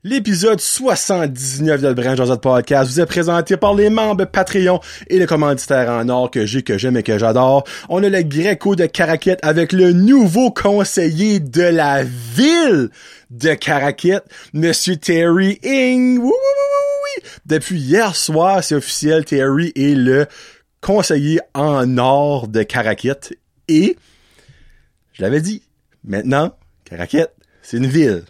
L'épisode 79 de Brand Josette Podcast vous est présenté par les membres Patreon et le commanditaire en or que j'aime et que j'adore. On a le Greco de Caraquette avec le nouveau conseiller de la ville de Caraquette, Monsieur Terry Ing. Oui. Depuis hier soir, c'est officiel, Terry est le conseiller en or de Caraquette. Et, je l'avais dit, maintenant, Caraquette, c'est une ville.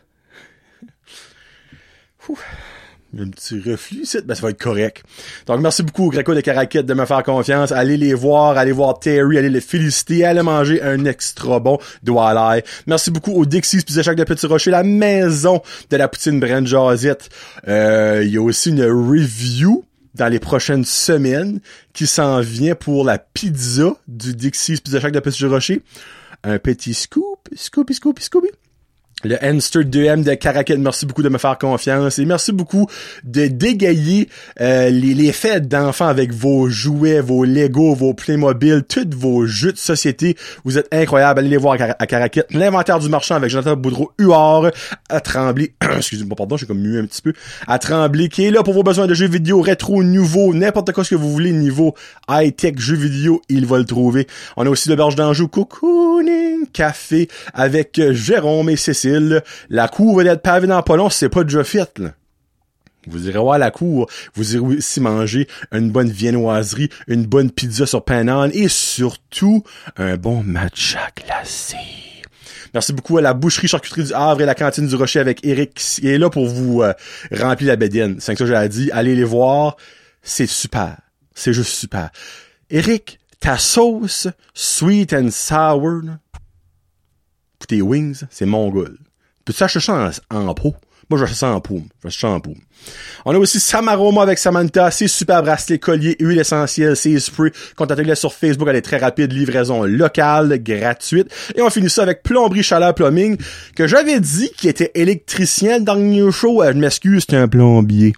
Il y a un petit reflux ici, ben ça va être correct. Donc merci beaucoup au Greco de Caraquette de me faire confiance. Allez les voir, allez voir Terry, allez le féliciter, allez manger un extra bon doigt. Merci beaucoup au Dixie's Pizza Shack de Petit Rocher, la maison de la poutine Brand Josette. Il y a aussi une review dans les prochaines semaines qui s'en vient pour la pizza du Dixie's Pizza Shack de Petit Rocher. Un petit Scooby. Le Enster 2M de Caraquette, merci beaucoup de me faire confiance et merci beaucoup de dégayer les fêtes d'enfants avec vos jouets, vos Lego, vos Playmobil, tous vos jeux de société. Vous êtes incroyables, allez les voir à Caraquette. L'inventaire du marchand avec Jonathan Boudreau-Huard à Tremblay, excusez-moi, pardon, j'ai comme mué un petit peu, à Tremblay, qui est là pour vos besoins de jeux vidéo rétro, nouveau, n'importe quoi ce que vous voulez, niveau high-tech jeux vidéo, il va le trouver. On a aussi l'Auberge d'Anjou, Cocooning Café avec Jérôme et Cécile. La cour va être pavée dans pas long, c'est pas déjà fait, là. Vous irez voir la cour, vous irez aussi manger une bonne viennoiserie, une bonne pizza sur pain et surtout un bon matcha glacé. Merci beaucoup à la boucherie charcuterie du Havre et la cantine du Rocher avec Eric qui est là pour vous remplir la bédaine. C'est ça que j'ai dit, allez les voir, c'est super, c'est juste super. Eric, ta sauce sweet and sour, là, pour tes wings, c'est mongol. Peux-tu acheter ça en pot? Moi, je vais acheter ça en poum. On a aussi Samaroma avec Samantha, ses super bracelets, colliers, huile essentielle, ses sprays. Contactez-les sur Facebook, elle est très rapide, livraison locale, gratuite. Et on finit ça avec Plomberie Chaleur Plumbing, que j'avais dit qu'il était électricien dans le dernier show. Je m'excuse, c'est un plombier.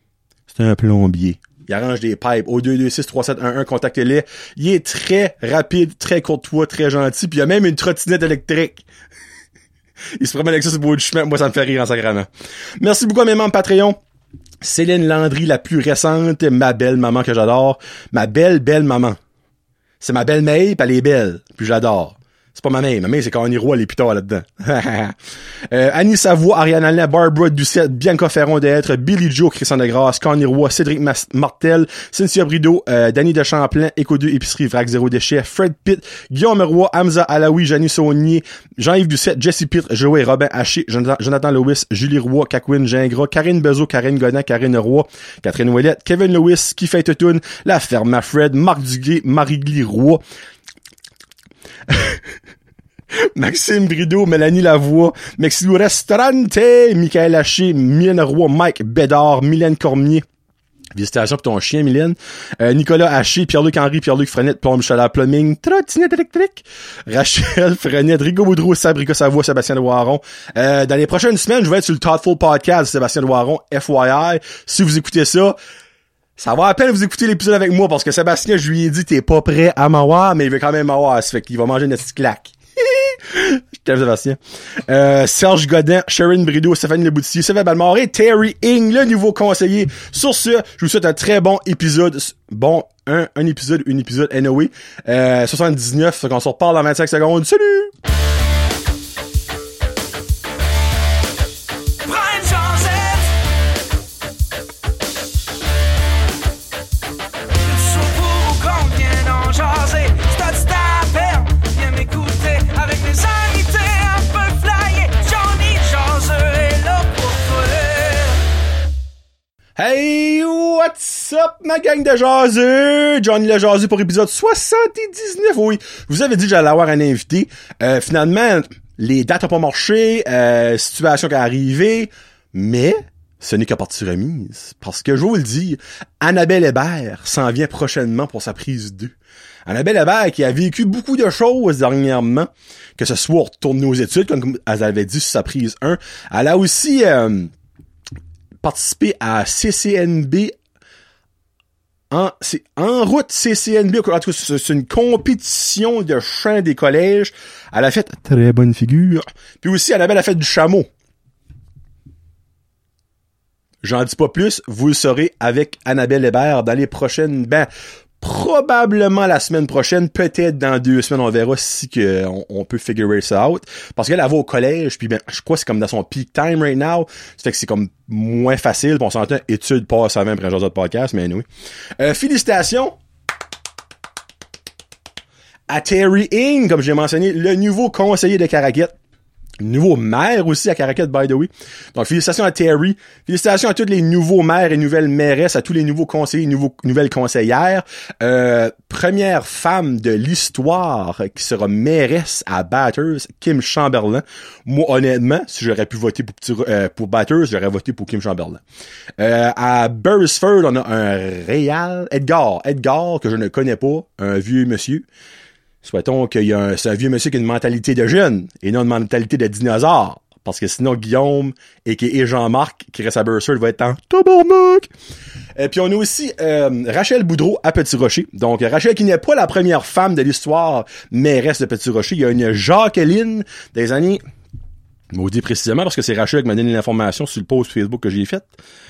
Il arrange des pipes au 226-3711, contactez-les. Il est très rapide, très courtois, très gentil, puis il y a même une trottinette électrique. Il se promène avec ça sur le bout du chemin. Moi, ça me fait rire en sacrament. Merci beaucoup à mes membres Patreon. Céline Landry, la plus récente, ma belle maman que j'adore. Ma belle maman. C'est ma belle May, pis elle est belle, puis j'adore. C'est pas ma mère, c'est Connie Roy, elle est plus tard là-dedans. Annie Savoie, Ariane Alain, Barbara Doucette, Bianca Ferron d'être, Billy Joe, Christian Degrasse, Connie Roy, Cédric Martel, Cynthia Brideau, Danny de Champlain, Éco 2, Épicerie, Vrac 0 Déchet, Fred Pitt, Guillaume Roy, Hamza Alaoui, Janie Saunier, Jean-Yves Doucette, Jesse Pitt, Joey Robin Haché, Jonathan Lewis, Julie Roy, Cacouine Gingras, Karine Bezo, Karine Godin, Karine Roy, Catherine Ouellette, Kevin Lewis, Kifay Toutoun, La Ferme à Fred, Marc Duguay, Marie-Gly Roy, Maxime Brideau, Mélanie Lavoie, Mexilou Restaurante, Michael Haché, Mylène Roy, Mike Bédard, Mylène Cormier. Visitation pour ton chien, Mylène. Nicolas Haché, Pierre-Luc Henry, Pierre-Luc Frenette, Plombe Chaleur Plumbing, Trottinette électrique. Rachel Frenette, Rigo Boudreau, Sabrica Savoie, Sébastien Loiron. Dans les prochaines semaines, je vais être sur le Thoughtful Podcast, Sébastien Loiron, FYI. Si vous écoutez ça, ça va à peine vous écouter l'épisode avec moi parce que Sébastien, je lui ai dit, t'es pas prêt à m'avoir, mais il veut quand même m'avoir. Ça fait qu'il va manger une petite claque. Je t'aime, Sébastien. Serge Godin, Sharon Brideau, Stéphanie Leboutier, Sylvain Balmoré, Terry Ing, le nouveau conseiller. Sur ce, je vous souhaite un très bon épisode. Bon, un épisode anyway. 79, fait qu'on se reparle dans 25 secondes. Salut! Hey, what's up, ma gang de jaseux? Johnny le jaseux pour épisode 79. Oui, je vous avais dit que j'allais avoir un invité. Finalement, les dates n'ont pas marché, situation qui est arrivée, mais ce n'est que partie remise. Parce que je vous le dis, Annabelle Hébert s'en vient prochainement pour sa prise 2. Annabelle Hébert qui a vécu beaucoup de choses dernièrement, que ce soit retourner aux études, comme elle avait dit sur sa prise 1. Elle a aussi participé à CCNB en route CCNB. En tout cas, c'est une compétition de chant des collèges. Elle a fait très bonne figure. Puis aussi, Annabelle a fait du chameau. J'en dis pas plus, vous le saurez avec Annabelle Hébert dans les prochaines, probablement la semaine prochaine, peut-être dans 2 semaines, on verra si on peut figure ça out. Parce qu'elle va au collège, puis je crois que c'est comme dans son peak time right now. Ça fait que c'est comme moins facile, puis on s'entend, études passe avant après un genre de podcast, mais oui. Félicitations à Terry Ing, comme j'ai mentionné, le nouveau conseiller de Caraquette. Nouveau maire aussi à Caraquette, by the way. Donc, félicitations à Terry. Félicitations à tous les nouveaux maires et nouvelles mairesses, à tous les nouveaux conseillers et nouvelles conseillères. Première femme de l'histoire qui sera mairesse à Bathurst, Kim Chamberlain. Moi, honnêtement, si j'aurais pu voter pour Bathurst, j'aurais voté pour Kim Chamberlain. À Beresford, on a un réal, Edgar, que je ne connais pas, un vieux monsieur. Souhaitons c'est un vieux monsieur qui a une mentalité de jeune et non une mentalité de dinosaure. Parce que sinon, Guillaume et Jean-Marc, qui reste à Beresford, va être en tabarnak. Et puis on a aussi Rachel Boudreau à Petit-Rocher. Donc Rachel qui n'est pas la première femme de l'histoire mairesse de Petit-Rocher. Il y a une Jacqueline des années... Maudit précisément parce que c'est Rachel qui m'a donné l'information sur le post Facebook que j'ai fait.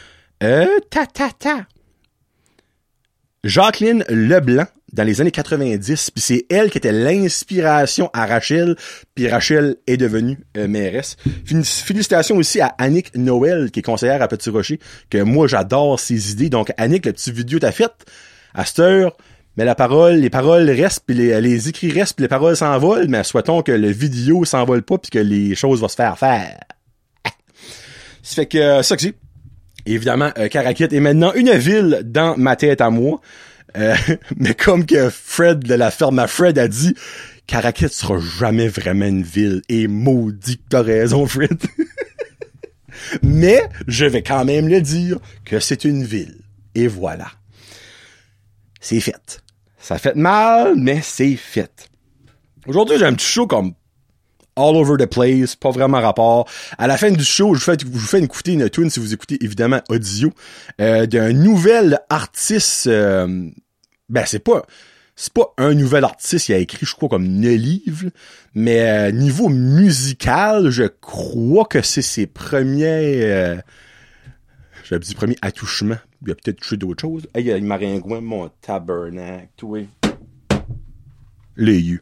Jacqueline Leblanc dans les années 90, puis c'est elle qui était l'inspiration à Rachel, puis Rachel est devenue mairesse. Félicitations aussi à Annick Noël, qui est conseillère à Petit-Rocher, que moi j'adore ses idées. Donc Annick, le petit vidéo t'as fait à cette heure, mais les paroles restent, puis les écrits restent, puis les paroles s'envolent, mais souhaitons que le vidéo s'envole pas, puis que les choses vont se faire. Ça fait que ça que c'est. Évidemment, Caraquette est maintenant une ville dans ma tête à moi. Mais comme que Fred de la ferme à Fred a dit, Caraquette sera jamais vraiment une ville. Et maudit que t'as raison, Fred. Mais je vais quand même le dire que c'est une ville. Et voilà. C'est fait. Ça fait mal, mais c'est fait. Aujourd'hui, j'ai un petit show comme all over the place, pas vraiment rapport. À la fin du show, je vous fais écouter une tune, si vous écoutez évidemment audio, d'un nouvel artiste. C'est pas un nouvel artiste, il a écrit, je crois, comme 9 livres, mais niveau musical, je crois que c'est ses premiers... j'avais dit premiers attouchements. Il a peut-être touché d'autres choses. Hey, il maringouin, mon tabernacle, toi. Les yeux.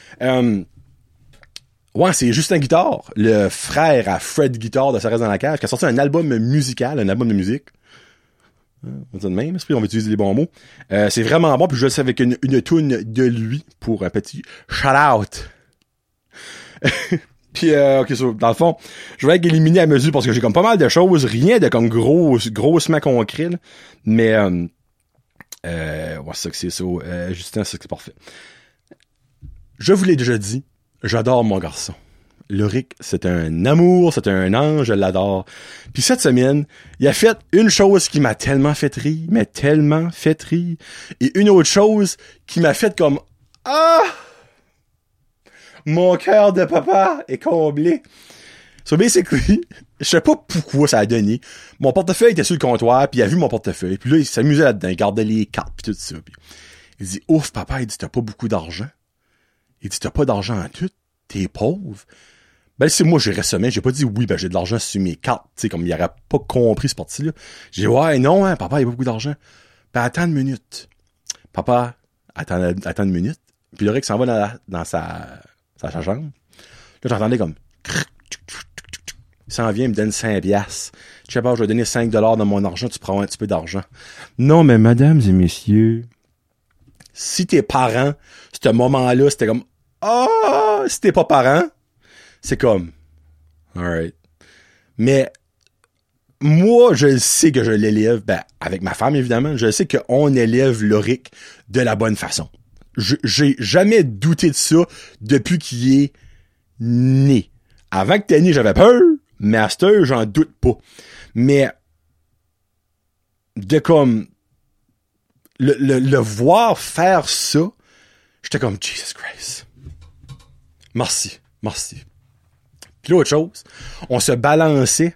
Ouais, c'est Justin Guitare, le frère à Fred Guitare de Ça reste dans la cage, qui a sorti un album musical, un album de musique. On dit de même, on va utiliser les bons mots. C'est vraiment bon, puis je le sais avec une toune de lui pour un petit shout-out. Puis, ok, dans le fond, je vais être éliminé à mesure parce que j'ai comme pas mal de choses, rien de comme grossement concret, là. Mais, ouais, c'est ça que c'est ça. Justin, c'est ça que c'est parfait. Je vous l'ai déjà dit, j'adore mon garçon. Loric, c'est un amour, c'est un ange, je l'adore. Puis cette semaine, il a fait une chose qui m'a tellement fait rire, mais tellement fait rire. Et une autre chose qui m'a fait comme « Ah! Mon cœur de papa est comblé. » So basically, je sais pas pourquoi ça a donné. Mon portefeuille était sur le comptoir, puis il a vu mon portefeuille. Puis là, il s'amusait là-dedans, il gardait les cartes, puis tout ça. Puis il dit « Ouf, papa, il dit « T'as pas beaucoup d'argent. » Il dit « T'as pas d'argent en tout. T'es pauvre. » Ben, c'est moi, j'ai récemment, j'ai pas dit oui, ben, j'ai de l'argent sur mes cartes, tu sais, comme il aurait pas compris ce parti-là. J'ai dit, ouais, non, hein, papa, il y a pas beaucoup d'argent. Ben, attends une minute. Papa, attends une minute. Puis Loric s'en va dans sa chambre. Là, j'entendais comme, il s'en vient, il me donne 5 piastres. Je sais pas, je vais donner 5 $ dans mon argent, tu prends un petit peu d'argent. Non, mais mesdames et messieurs, si tes parents, ce moment-là, c'était comme, si t'es pas parent, c'est comme, alright. Mais, moi, je sais que je l'élève, avec ma femme, évidemment, je sais qu'on élève Loric de la bonne façon. J'ai jamais douté de ça depuis qu'il est né. Avant que t'es né, j'avais peur, mais à cette heure, j'en doute pas. Mais, de comme, le voir faire ça, j'étais comme, Jesus Christ. Merci. Puis l'autre chose, on se balançait,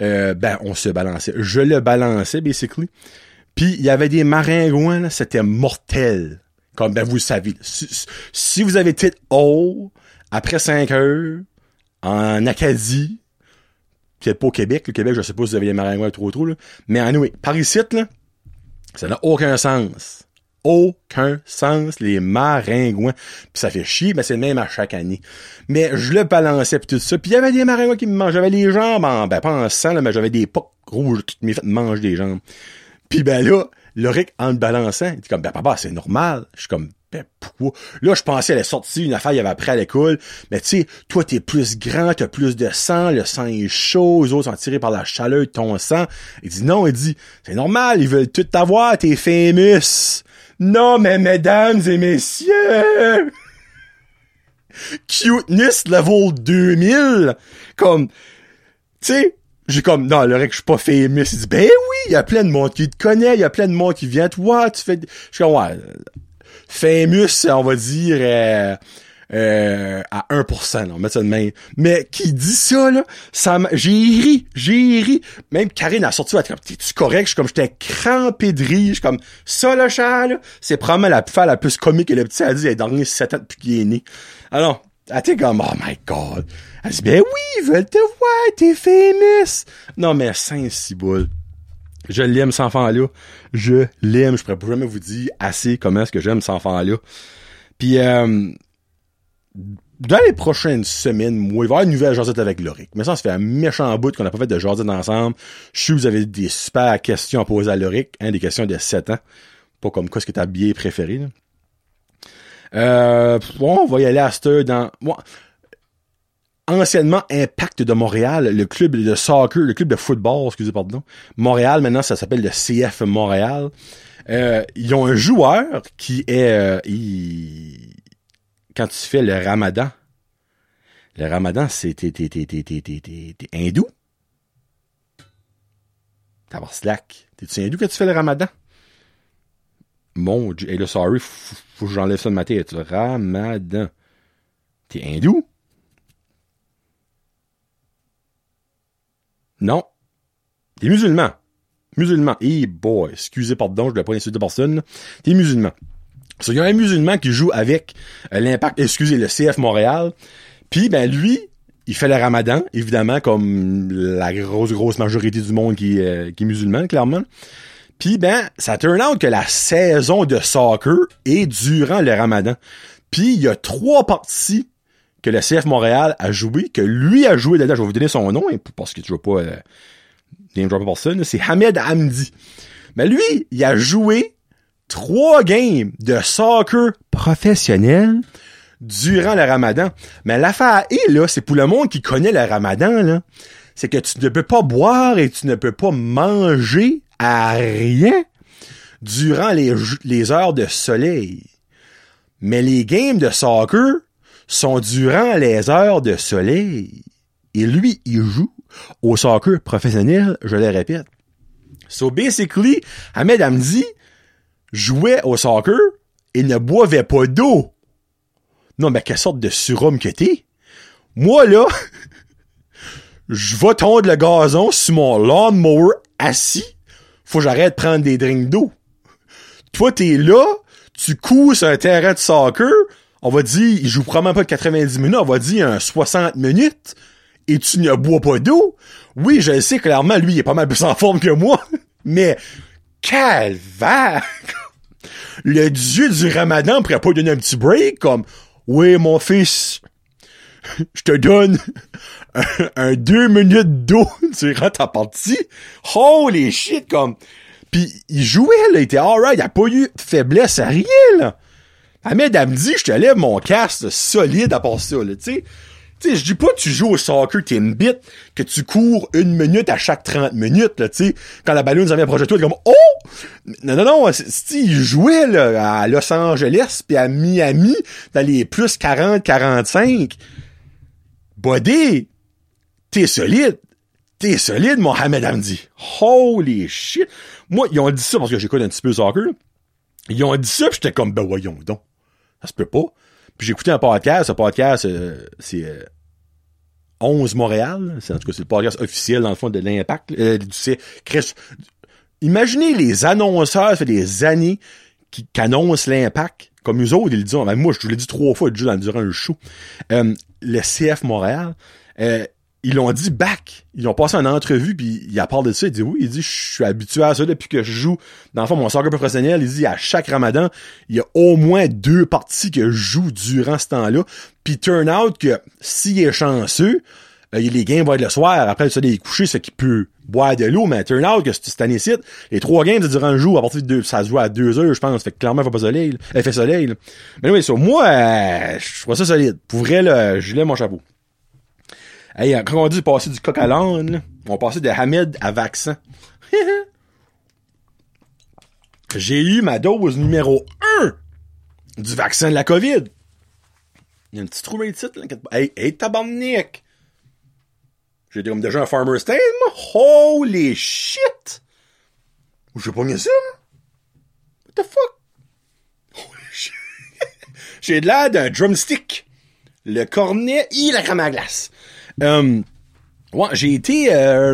je le balançais, basically. Puis il y avait des maringouins, là, c'était mortel. Comme, vous le savez. Si vous avez été haut, après 5 heures, en Acadie, Peut-être pas au Québec. Le Québec, je sais pas si vous avez les maringouins trop, là. Mais anyway, par ici, là, ça n'a aucun sens. Aucun sens, les maringouins. Puis ça fait chier, mais c'est le même à chaque année. Mais je le balançais pis tout ça. Puis il y avait des maringouins qui me mangeaient. J'avais les jambes pas en sang, là, mais j'avais des pocs rouges qui m'ont fait manger des jambes. Puis ben là, Loric, en me balançant, il dit comme, ben papa, c'est normal. Je suis comme, ben pourquoi? Là, je pensais à la sortie, une affaire, il y avait après à l'école. Mais tu sais, toi, t'es plus grand, t'as plus de sang, le sang est chaud, les autres sont tirés par la chaleur de ton sang. Il dit non, il dit, c'est normal, ils veulent tout t'avoir, t'es famous. Non, mais mesdames et messieurs, cuteness level 2000, comme, tu sais, j'ai comme, non, le rec, je suis pas famous. Il dit, ben oui, il y a plein de monde qui te connaît, il y a plein de monde qui vient te voir, tu fais, je suis comme, ouais, famous, on va dire, à 1%, là, on met ça de même. Mais qui dit ça, là, j'ai ri. Même Karine a sorti, elle était comme, t'es-tu correct? Je suis comme, j'étais crampé de rire. Je suis comme, ça, le chat, là, c'est probablement la affaire la plus comique que le petit a dit, il a dernier 7 ans depuis qu'il est né. Alors, elle était comme, oh my god. Elle dit, ben oui, ils veulent te voir, t'es famous. Non, mais Saint-Ciboule. Je l'aime, cet enfant-là. Je l'aime. Je pourrais pas jamais vous dire assez comment est-ce que j'aime cet enfant-là. Puis, dans les prochaines semaines, moi, il va y avoir une nouvelle jasette avec Loric. Mais ça fait un méchant bout qu'on n'a pas fait de jasette ensemble. Je sais que vous avez des super questions à poser à Loric, hein, des questions de 7 ans. Pas comme quoi, ce que ta billet préféré, là. Bon, on va y aller à cette heure dans... Bon, anciennement Impact de Montréal, le club de soccer, le club de football, excusez, pardon. Montréal, maintenant, ça s'appelle le CF Montréal. Ils ont un joueur qui est... Quand tu fais le ramadan, c'est... T'es hindou? T'as slack. T'es-tu hindou quand tu fais le ramadan? Mon Dieu. Et là, sorry, faut que j'enlève ça de ma tête. Ramadan. T'es hindou? Non. T'es musulman. Musulman. Eh boy, excusez, pardon, je ne voulais pas insulter personne. Là. T'es musulman. Il y a un musulman qui joue avec l'Impact, le CF Montréal. Puis, ben lui, il fait le ramadan, évidemment, comme la grosse majorité du monde qui est musulman, clairement. Puis, ben, ça turn out que la saison de soccer est durant le ramadan. Puis, il y a 3 parties que le CF Montréal a joué, que lui a joué dedans. Je vais vous donner son nom, parce que tu vois pas name dropper personne. C'est Hamed Hamdi. Mais lui, il a joué 3 games de soccer professionnel durant le ramadan. Mais l'affaire est, là, c'est pour le monde qui connaît le ramadan, là, c'est que tu ne peux pas boire et tu ne peux pas manger à rien durant les heures de soleil. Mais les games de soccer sont durant les heures de soleil. Et lui, il joue au soccer professionnel, je le répète. So basically, Hamed Hamdi jouait au soccer et ne boivait pas d'eau. Non, mais quelle sorte de surhomme que t'es? Moi, là, je vais tondre le gazon sur mon lawnmower assis. Faut que j'arrête de prendre des drinks d'eau. Toi, t'es là, tu cours sur un terrain de soccer, on va dire, il joue probablement pas de 90 minutes, on va dire un 60 minutes, et tu ne bois pas d'eau. Oui, je le sais, clairement, lui, il est pas mal plus en forme que moi, mais calvaire! Le dieu du ramadan pourrait pas donner un petit break, comme, oui, mon fils, je te donne un 2 minutes d'eau durant ta partie. Holy shit, comme... Pis il jouait, là, il était alright, il a pas eu de faiblesse à rien, là. Hamed Hamdi, je te lève mon casque solide à part ça, là, tu sais. Tu sais, je dis pas que tu joues au soccer, t'es une bite, que tu cours 1 minute à chaque 30 minutes, là, tu sais. Quand la ballonne s'en vient proche de toi, t'es comme, oh! Non, il jouait, là, à Los Angeles puis à Miami, dans les plus 40, 45. Buddy, t'es solide. T'es solide, mon Hamed Hamdi. Holy shit. Moi, ils ont dit ça parce que j'écoute un petit peu le soccer. Ils ont dit ça, pis j'étais comme, ben voyons donc. Ça se peut pas. Puis j'ai écouté un podcast. Ce podcast, c'est 11 Montréal. En tout cas, c'est le podcast officiel, dans le fond, de l'Impact. Imaginez les annonceurs, ça fait des années qui annoncent l'Impact. Comme eux autres, ils le disent. Moi, je vous l'ai dit 3 fois durant le show. Le CF Montréal, ils l'ont dit back. Ils ont passé une entrevue, puis il a parlé de ça. Il dit oui, il dit je suis habitué à ça depuis que je joue. Dans le fond, mon soccer professionnel, il dit à chaque Ramadan, il y a au moins 2 parties que je joue durant ce temps-là. Puis turn out que s'il est chanceux, les games vont être le soir. Après, le soleil est couché, c'est qu'il peut boire de l'eau. Mais turn out que cette année-ci, les 3 games, c'est durant le jour. À partir de 2, ça se joue à 2 heures, je pense. Fait que clairement, il fait pas soleil. Il fait soleil. Là. Mais oui, sur moi, je trouve ça solide. Pour vrai, là, je lève mon chapeau. Hey, quand on dit passer du coq à l'âne, là, on passait de Hamid à vaccin. J'ai eu ma dose numéro 1 du vaccin de la COVID. Il y a un petit trou dans les titres, là. Hey, tabarnak! J'ai comme déjà un farmer stand, moi. Holy shit! J'ai pogné ça, là. What the fuck? Holy shit! J'ai de l'air d'un drumstick. Le cornet et la crème à glace. Ouais, j'ai été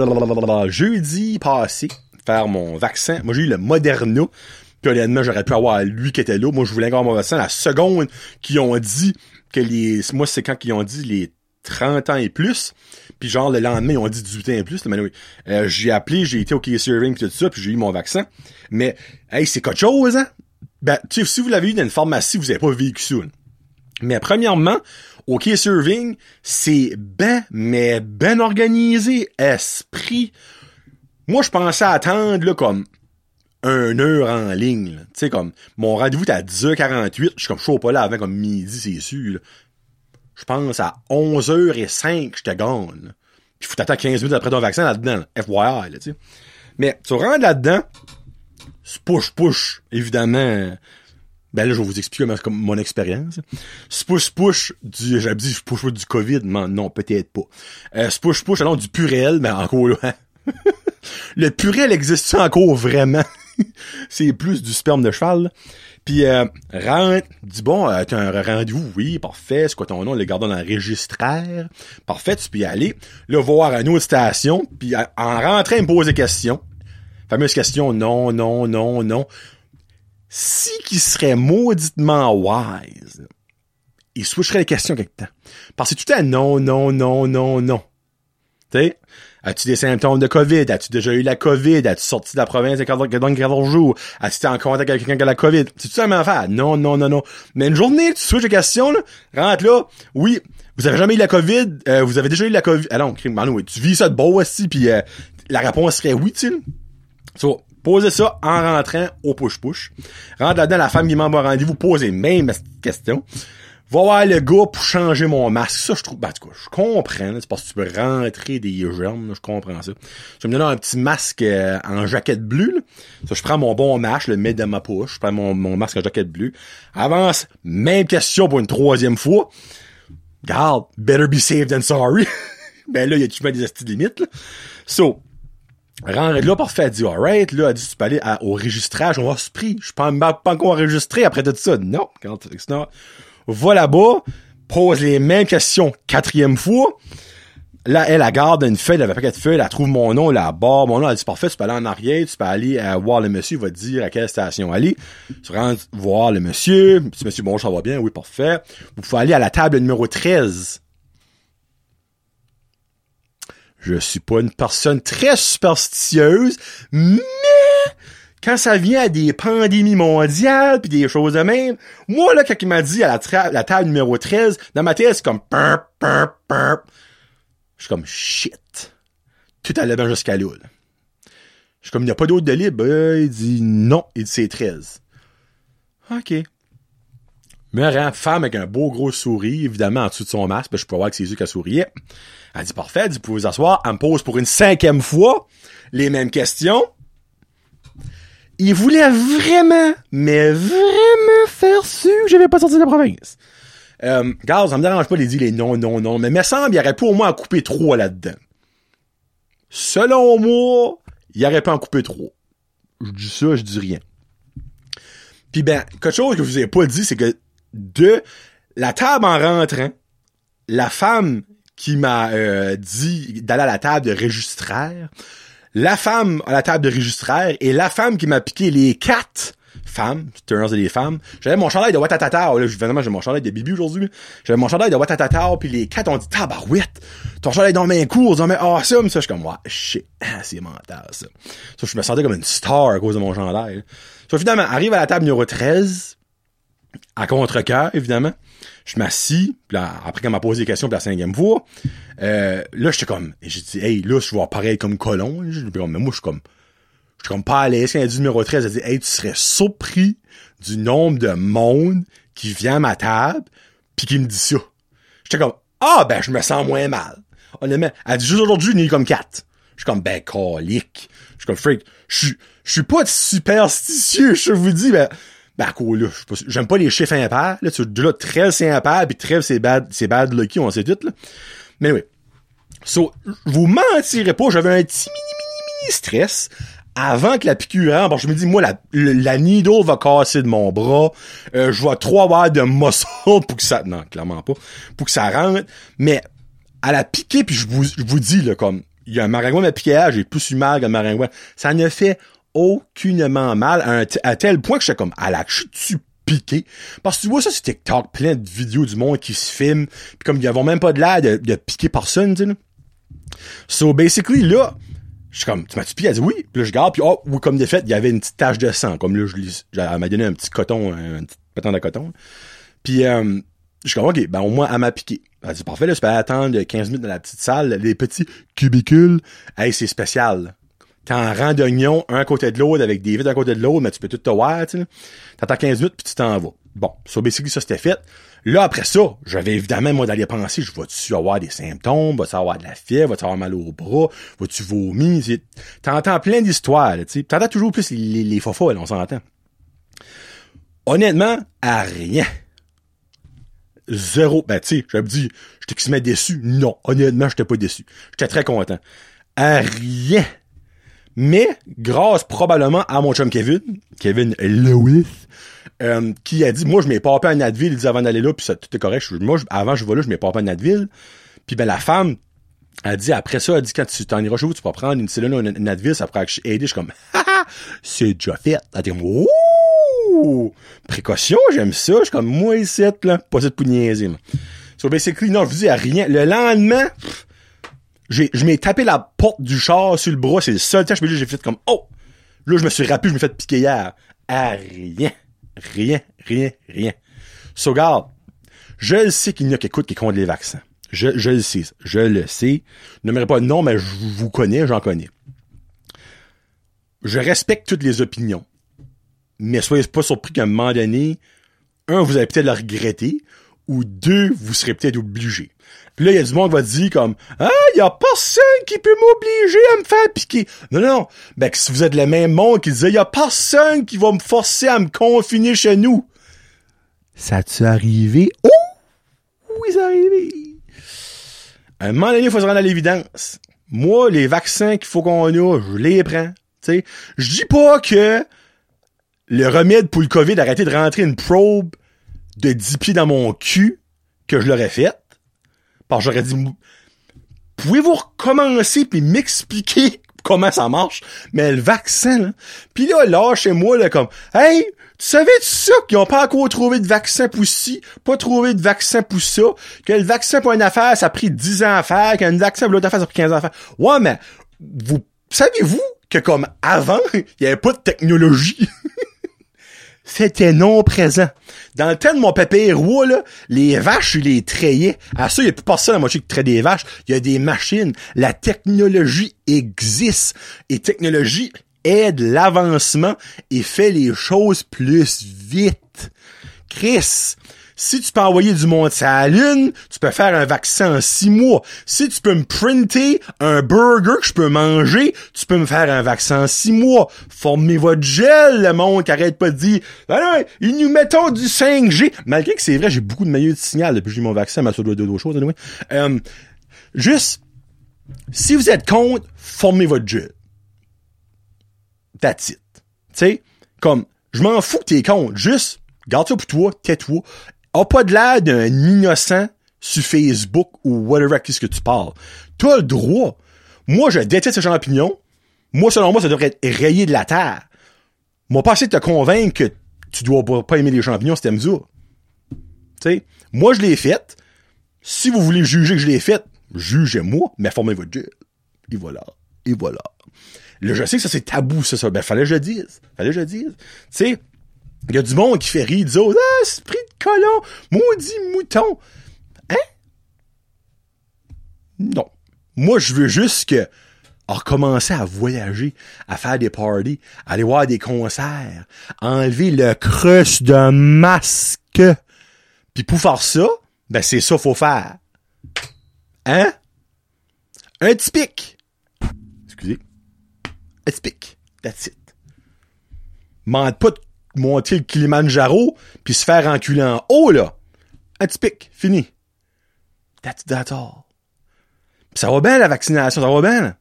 jeudi passé faire mon vaccin. Moi, j'ai eu le Moderna. Puis honnêtement, j'aurais pu avoir lui qui était là. Moi, je voulais avoir mon vaccin. La seconde qu'ils ont dit que moi, c'est quand ils ont dit les 30 ans et plus. Puis genre, le lendemain, ils ont dit 18 ans et plus. Mais oui, j'ai appelé, j'ai été au K-Serving pis tout ça, puis j'ai eu mon vaccin. Mais, hey, c'est quelque chose, hein? Ben, tu sais, si vous l'avez eu dans une pharmacie, vous avez pas vécu ça. Mais premièrement, au K-Serving, c'est mais ben organisé, esprit. Moi, je pensais attendre, là, comme 1 heure en ligne, là. Tu sais, comme, mon rendez-vous est à 10h48, je suis comme chaud pas là avant comme midi, c'est sûr, là. Je pense à 11h05, je te gagne, là. Puis faut t'attendre 15 minutes après ton vaccin là-dedans, là. FYI, là, tu sais. Mais, tu rentres là-dedans, c'est push, évidemment. Ben là, je vais vous expliquer comme mon expérience. C'est push j'avais dit push du COVID, mais non, peut-être pas. C'est push alors du Purell, mais encore là. Le Purell existe encore vraiment? C'est plus du sperme de cheval, là. Puis rentre, dit bon, t'as un rendez-vous, oui, parfait, c'est quoi ton nom, le gardons dans le registraire. Parfait, tu peux y aller. Là, voir à une autre station, puis en rentrant, il me pose des questions. Fameuse question, non. Si qui serait mauditement wise, il switcherait les questions quelque temps. Parce que tout est non. Tu sais, as-tu des symptômes de COVID? As-tu déjà eu la COVID? As-tu sorti de la province dans 14 jours? As-tu été en contact avec quelqu'un qui a la COVID? C'est tout ça la même affaire? Non. Mais une journée, tu switches les questions, là, rentre là, oui, vous avez jamais eu la COVID, vous avez déjà eu la COVID. Ah non, oui, tu vis ça de beau aussi, puis la réponse serait oui, tu sais. So, posez ça en rentrant au push-push. Rentre là-dedans, la femme qui m'en va rendez-vous, posez même question. Va voir le gars pour changer mon masque. Ça, je trouve, ben, en tout cas, je comprends, là, c'est parce que tu peux rentrer des germes, là, je comprends ça. Je me donne un petit masque en jaquette bleue, là. Ça, je prends mon bon masque, je le mets dans ma poche, je prends mon masque en jaquette bleue. Avance, même question pour une 3e fois. Garde, better be safe than sorry. Ben là, il y a toujours des astuces de limites, là. So, rentre là, parfait, elle dit, alright, là, elle dit, tu peux aller au registrage, on va se pris. Je suis pas encore enregistré après tout ça. Non, sinon, va là-bas, pose les mêmes questions 4e fois. Là, elle garde une feuille, elle avait un paquet de feuilles, elle trouve mon nom, la barre, mon nom, elle dit, parfait, tu peux aller en arrière, tu peux aller voir le monsieur, il va te dire à quelle station aller. Tu rentres voir le monsieur, petit monsieur, bon, ça va bien, oui, parfait. Vous pouvez aller à la table numéro 13. Je suis pas une personne très superstitieuse, mais quand ça vient à des pandémies mondiales pis des choses de même, moi, là, quand il m'a dit à la table numéro 13, dans ma tête, c'est comme purp. Je suis comme shit. Tout allait bien jusqu'à là. Je suis comme, il n'y a pas d'autre de libre. Il dit non. Il dit c'est 13. OK. Me rend femme avec un beau gros sourire, évidemment, en dessous de son masque, je peux voir que c'est yeux qu'elle souriait. Elle dit parfait, elle dit, vous pouvez vous asseoir. Elle me pose pour une 5e fois les mêmes questions. Il voulait vraiment, mais vraiment faire su que j'avais pas sorti de la province. Gars, ça me dérange pas de dire les non, mais il me semble qu'il y aurait pas au moins à couper 3 là-dedans. Selon moi, il y aurait pas à en couper 3. Je dis ça, je dis rien. Puis ben, quelque chose que je vous ai pas dit, c'est que de la table en rentrant, la femme qui m'a dit d'aller à la table de registraire, la femme à la table de registraire et la femme qui m'a piqué les 4 femmes, turners des femmes. J'avais mon chandail de Watatata, là, évidemment, j'ai mon chandail de Bibi aujourd'hui. J'avais mon chandail de Watatata, puis les quatre ont dit, tabarouette, ton chandail dans mes cours, dans mes awesome, ça, je suis comme, ouais, shit, c'est mental, ça. Ça, je me sentais comme une star à cause de mon chandail. Ça, finalement, arrive à la table numéro 13, à contre-cœur, évidemment. Je m'assis, puis là, après qu'elle m'a posé des questions pour la 5e fois, là, j'étais comme, j'ai dit, hey, là, je vais pareil comme colon, mais moi, je suis comme pas à l'aise. Quand elle a dit numéro 13, elle a dit, hey, tu serais surpris du nombre de monde qui vient à ma table pis qui me dit ça. J'étais comme, ben, je me sens moins mal. Honnêtement, elle dit juste aujourd'hui, il y en a eu comme 4. Je suis comme, ben, calique. Je suis comme, freak, je suis pas superstitieux, je vous dis, ben, quoi, là, j'aime pas les chiffres impairs, là, là, 13 c'est impair, pis 13 c'est bad lucky, on sait tout, là. Mais oui. So, je vous mentirais pas, j'avais un petit mini stress avant que la piqûre rentre. Bon, je me dis, moi, la needle va casser de mon bras, je vais trop avoir de muscle pour que ça, non, clairement pas, pour que ça rentre, mais, à la piquer, puis je vous dis, là, comme, il y a un maringouin m'a piqué, j'ai plus eu mal qu'un maringouin. Ça ne fait aucunement mal, à tel point que j'étais comme, je suis piqué. Parce que tu vois ça sur TikTok, plein de vidéos du monde qui se filment, pis comme ils avont même pas de l'air de piquer personne, tu sais, là. So, basically, là, je suis comme, tu m'as-tu piqué? Elle dit oui. Puis là, je garde, puis oui, comme de fait, il y avait une petite tache de sang. Comme là, elle m'a donné un petit coton, un petit pétant de coton. Puis, je suis comme, OK, ben au moins, elle m'a piqué. Elle dit, parfait, là, tu peux attendre 15 minutes dans la petite salle. Les petits cubicules, hey, c'est spécial. T'es en rang d'oignons, un à côté de l'autre, avec des vitres à côté de l'autre, mais tu peux tout te voir, tu sais. T'attends 15 minutes, puis tu t'en vas. Bon, so basically, ça, c'était fait. Là, après ça, j'avais évidemment, moi, d'aller penser, vas-tu avoir des symptômes, vas-tu avoir de la fièvre, vas-tu avoir mal au bras, vas-tu vomir, t'entends plein d'histoires, tu sais. T'entends toujours plus les faux on s'entend. Honnêtement, à rien. Zéro. Ben, tu sais, j'avais dit, j'étais quasiment déçu. Non, honnêtement, j'étais pas déçu. J'étais très content. À rien. Mais, grâce probablement à mon chum Kevin Lewis, qui a dit, moi, je m'ai papé un Advil, il dit avant d'aller là, puis ça, tout est correct. Moi, avant, je vais là, je m'ai papé un Advil. Puis, ben, la femme, elle dit, après ça, elle dit, quand tu t'en iras chez vous, tu pourras prendre une Tylenol, une Advil, ça pourra aider. Je suis comme, haha, c'est déjà fait. Elle dit, ouh, précaution, j'aime ça. Je suis comme, moi, ici, là, pas ça de niaiser, moi. So, basically, non, je vous dis, à rien. Le lendemain, je m'ai tapé la porte du char sur le bras, c'est le seul temps que j'ai fait comme, là, je me suis rappelé, je me suis fait piquer hier. À rien. Rien. So, regarde, je le sais qu'il y en a qui écoutent qui contre les vaccins. Je le sais. Je n'aimerais pas de nom, mais je vous connais, j'en connais. Je respecte toutes les opinions. Mais soyez pas surpris qu'à un moment donné, vous allez peut-être le regretter, ou 2, vous serez peut-être obligé. Puis là, il y a du monde qui va dire comme, y a personne qui peut m'obliger à me faire piquer. Non. Ben, si vous êtes le même monde qui disait, y a personne qui va me forcer à me confiner chez nous. Ça a-tu arrivé? Oh! Oui, ça a arrivé. À un moment donné, il faut se rendre à l'évidence. Moi, les vaccins qu'il faut qu'on a, je les prends. T'sais, je dis pas que le remède pour le COVID, arrêter de rentrer une probe de 10 pieds dans mon cul, que je l'aurais fait. Parce que j'aurais dit, pouvez-vous recommencer puis m'expliquer comment ça marche? Mais le vaccin, là. Puis là, chez moi, là, comme, hey, tu savais-tu ça qu'ils ont pas encore trouvé de vaccin pour ci, pas trouvé de vaccin pour ça, que le vaccin pour une affaire, ça a pris 10 ans à faire, qu'un vaccin pour l'autre affaire, ça a pris 15 ans à faire. Ouais, mais, savez-vous que comme avant, il y avait pas de technologie? C'était non présent. Dans le temps de mon pépé roi, là, les vaches, ils les trayaient. À ça, il n'y a plus personne à moitié qui traite des vaches. Il y a des machines. La technologie existe. Et technologie aide l'avancement et fait les choses plus vite. Chris, si tu peux envoyer du monde sur la Lune, tu peux faire un vaccin en 6 mois. Si tu peux me printer un burger que je peux manger, tu peux me faire un vaccin en 6 mois. Formez votre gel, le monde qui arrête pas de dire « Ah non, ils nous mettons du 5G. » Malgré que c'est vrai, j'ai beaucoup de meilleurs de signal depuis que j'ai eu mon vaccin, mais ça doit être d'autres choses. Anyway. Juste, si vous êtes contre, formez votre gel. That's it. Tu sais, comme, je m'en fous que t'es contre. Juste, garde ça pour toi, tais-toi. A pas de l'air d'un innocent sur Facebook ou whatever, qu'est-ce que tu parles. T'as le droit. Moi, je déteste ces champignons. Moi, selon moi, ça devrait être rayé de la terre. Moi, pas essayer de te convaincre que tu dois pas aimer les champignons si t'aimes ça. Tu sais, moi, je l'ai fait. Si vous voulez juger que je l'ai fait, jugez-moi, mais formez votre gueule. Et voilà. Et voilà. Là, je sais que ça, c'est tabou, ça. Ben, fallait que je le dise. Tu sais, il y a du monde qui fait rire, disant, ah, esprit de colon, maudit mouton. Hein? Non. Moi, je veux juste que, recommencer à voyager, à faire des parties, aller voir des concerts, enlever le crush de masque. Puis pour faire ça, ben, c'est ça qu'il faut faire. Hein? Un petit pic. Excusez. Un petit pic. That's it. Mande pas de monter le Kilimanjaro puis se faire enculer en haut, là. Un petit pic. Fini. That's all. Pis ça va bien, la vaccination. Ça va bien, là.